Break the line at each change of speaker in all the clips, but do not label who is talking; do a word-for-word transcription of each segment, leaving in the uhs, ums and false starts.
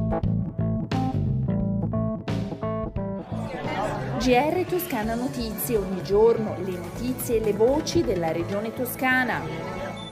G R Toscana Notizie, ogni giorno le notizie e le voci della regione toscana.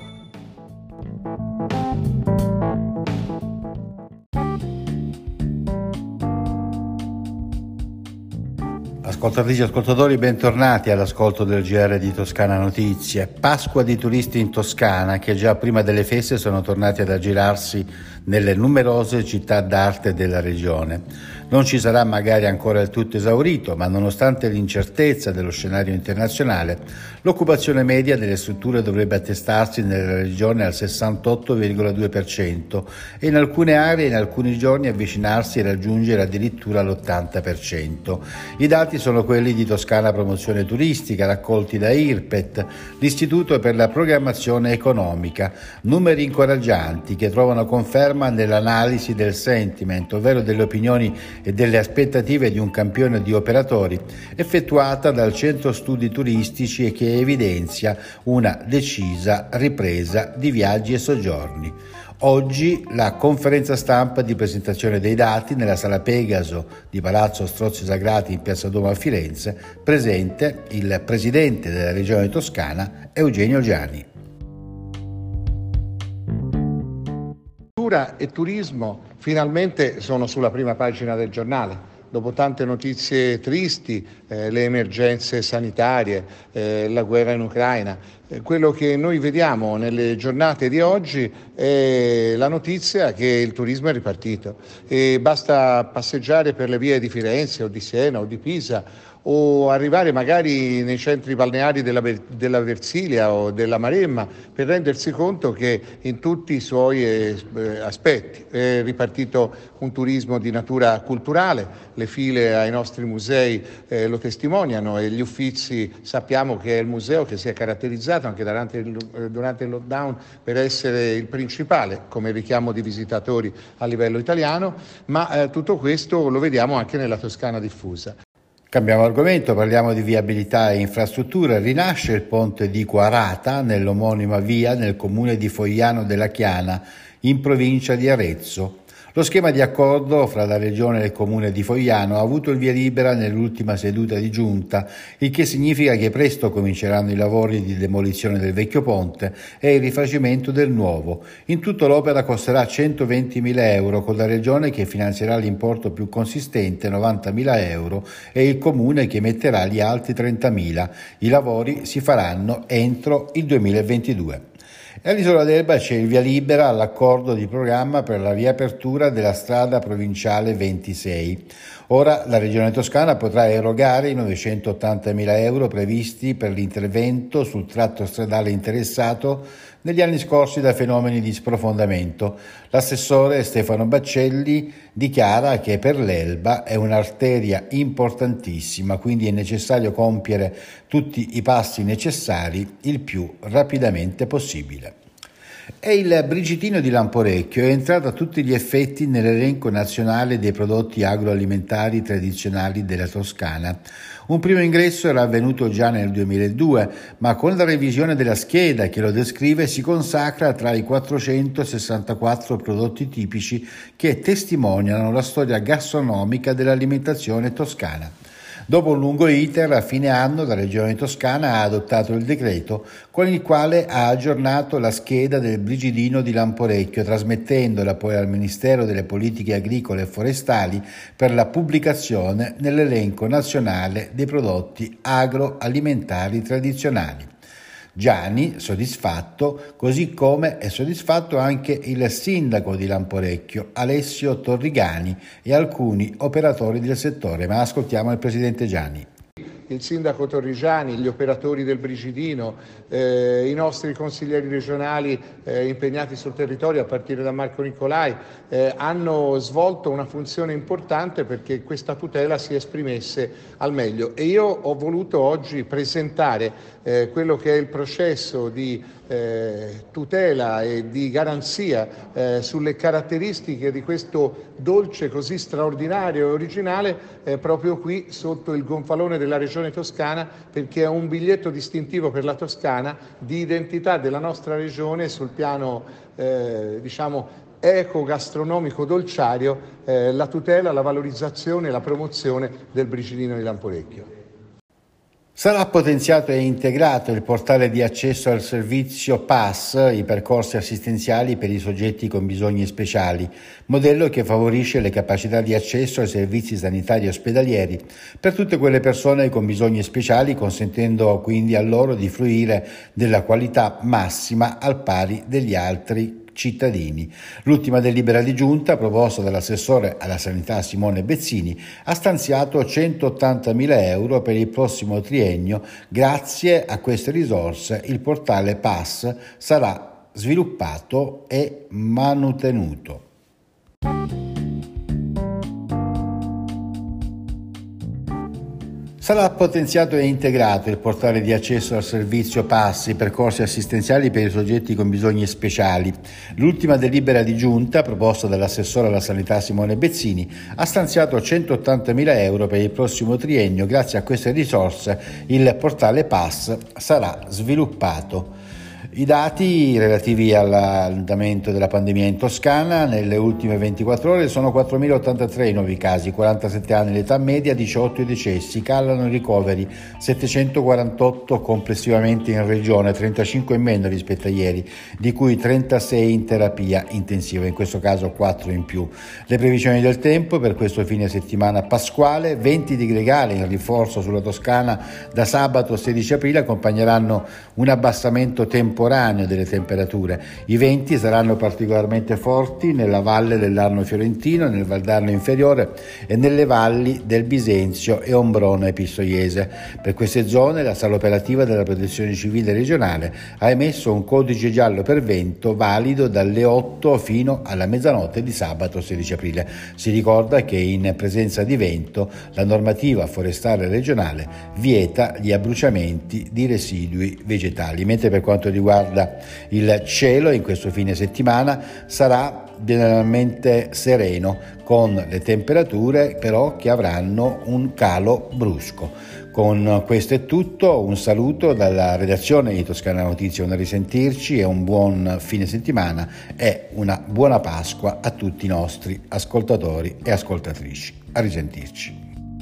Ascoltatrici e ascoltatori, bentornati all'ascolto del G R di Toscana Notizie. Pasqua di turisti in Toscana, che già prima delle feste sono tornati ad aggirarsi nelle numerose città d'arte della regione. Non ci sarà magari ancora il tutto esaurito, ma nonostante l'incertezza dello scenario internazionale, l'occupazione media delle strutture dovrebbe attestarsi nella regione al sessantotto virgola due per cento e in alcune aree in alcuni giorni avvicinarsi e raggiungere addirittura l'ottanta per cento. I dati sono quelli di Toscana Promozione Turistica, raccolti da I R P E T, l'Istituto per la Programmazione Economica, numeri incoraggianti che trovano conferma nell'analisi del sentiment, ovvero delle opinioni e delle aspettative di un campione di operatori effettuata dal Centro Studi Turistici e che evidenzia una decisa ripresa di viaggi e soggiorni. Oggi la conferenza stampa di presentazione dei dati nella Sala Pegaso di Palazzo Strozzi Sagrati in Piazza Duomo a Firenze, presente il presidente della Regione Toscana Eugenio Giani.
Cultura e turismo finalmente sono sulla prima pagina del giornale. Dopo tante notizie tristi, eh, le emergenze sanitarie, eh, la guerra in Ucraina, eh, quello che noi vediamo nelle giornate di oggi è la notizia che il turismo è ripartito e basta passeggiare per le vie di Firenze o di Siena o di Pisa o arrivare magari nei centri balneari della, della Versilia o della Maremma per rendersi conto che in tutti i suoi eh, aspetti è ripartito un turismo di natura culturale, le file ai nostri musei eh, lo testimoniano e gli Uffizi sappiamo che è il museo che si è caratterizzato anche durante il, durante il lockdown per essere il principale come richiamo di visitatori a livello italiano, ma eh, tutto questo lo vediamo anche nella Toscana diffusa.
Cambiamo argomento, parliamo di viabilità e infrastrutture. Rinasce il ponte di Quarata nell'omonima via nel comune di Fogliano della Chiana, in provincia di Arezzo. Lo schema di accordo fra la Regione e il Comune di Fogliano ha avuto il via libera nell'ultima seduta di giunta, il che significa che presto cominceranno i lavori di demolizione del vecchio ponte e il rifacimento del nuovo. In tutto l'opera costerà centoventimila euro, con la Regione che finanzierà l'importo più consistente, novantamila euro, e il Comune che metterà gli altri trentamila. I lavori si faranno entro il duemilaventidue. E all'Isola d'Elba c'è il via libera all'accordo di programma per la riapertura della strada provinciale ventisei. Ora la Regione Toscana potrà erogare i novecentottantamila euro previsti per l'intervento sul tratto stradale interessato negli anni scorsi da fenomeni di sprofondamento. L'assessore Stefano Baccelli dichiara che per l'Elba è un'arteria importantissima, quindi è necessario compiere tutti i passi necessari il più rapidamente possibile. E il Brigidino di Lamporecchio è entrato a tutti gli effetti nell'elenco nazionale dei prodotti agroalimentari tradizionali della Toscana. Un primo ingresso era avvenuto già nel duemiladue, ma con la revisione della scheda che lo descrive si consacra tra i quattrocentosessantaquattro prodotti tipici che testimoniano la storia gastronomica dell'alimentazione toscana. Dopo un lungo iter, a fine anno la Regione Toscana ha adottato il decreto con il quale ha aggiornato la scheda del Brigidino di Lamporecchio, trasmettendola poi al Ministero delle Politiche Agricole e Forestali per la pubblicazione nell'elenco nazionale dei prodotti agroalimentari tradizionali. Gianni soddisfatto, così come è soddisfatto anche il sindaco di Lamporecchio, Alessio Torrigani, e alcuni operatori del settore. Ma ascoltiamo il presidente Gianni.
Il sindaco Torrigiani, gli operatori del Brigidino, eh, i nostri consiglieri regionali eh, impegnati sul territorio a partire da Marco Nicolai eh, hanno svolto una funzione importante perché questa tutela si esprimesse al meglio e io ho voluto oggi presentare eh, quello che è il processo di eh, tutela e di garanzia eh, sulle caratteristiche di questo dolce così straordinario e originale eh, proprio qui sotto il gonfalone della regione Toscana, perché è un biglietto distintivo per la Toscana di identità della nostra regione sul piano eh, diciamo eco-gastronomico-dolciario eh, la tutela, la valorizzazione e la promozione del Bricilino di Lamporecchio.
Sarà potenziato e integrato il portale di accesso al servizio P A S, i percorsi assistenziali per i soggetti con bisogni speciali, modello che favorisce le capacità di accesso ai servizi sanitari ospedalieri per tutte quelle persone con bisogni speciali, consentendo quindi a loro di fruire della qualità massima al pari degli altri cittadini. L'ultima delibera di giunta, proposta dall'assessore alla sanità Simone Bezzini, ha stanziato centottantamila euro per il prossimo triennio. Grazie a queste risorse il portale P A S sarà sviluppato e manutenuto. Sarà potenziato e integrato il portale di accesso al servizio P A S, i percorsi assistenziali per i soggetti con bisogni speciali. L'ultima delibera di giunta, proposta dall'assessore alla sanità Simone Bezzini, ha stanziato centottantamila euro per il prossimo triennio. Grazie a queste risorse il portale P A S sarà sviluppato. I dati relativi all'andamento della pandemia in Toscana nelle ultime ventiquattro ore sono quattromila ottantatré i nuovi casi, quarantasette anni l'età media, diciotto i decessi, calano i ricoveri, settecentoquarantotto complessivamente in regione, trentacinque in meno rispetto a ieri, di cui trentasei in terapia intensiva, in questo caso quattro in più. Le previsioni del tempo per questo fine settimana pasquale: venti di gregale in rinforzo sulla Toscana da sabato sedici aprile accompagneranno un abbassamento temporaneo delle temperature. I venti saranno particolarmente forti nella valle dell'Arno Fiorentino, nel Valdarno inferiore e nelle valli del Bisenzio e Ombrono e Pistoiese. Per queste zone la sala operativa della Protezione Civile regionale ha emesso un codice giallo per vento valido dalle otto fino alla mezzanotte di sabato sedici aprile. Si ricorda che in presenza di vento la normativa forestale regionale vieta gli abbruciamenti di residui vegetali, mentre per quanto riguarda il cielo in questo fine settimana sarà generalmente sereno, con le temperature però che avranno un calo brusco. Con questo è tutto, un saluto dalla redazione di Toscana Notizie, un risentirci e un buon fine settimana e una buona Pasqua a tutti i nostri ascoltatori e ascoltatrici. A risentirci.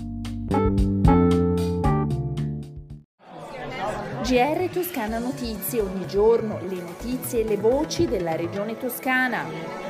G R Toscana Notizie, ogni giorno le notizie e le voci della regione toscana.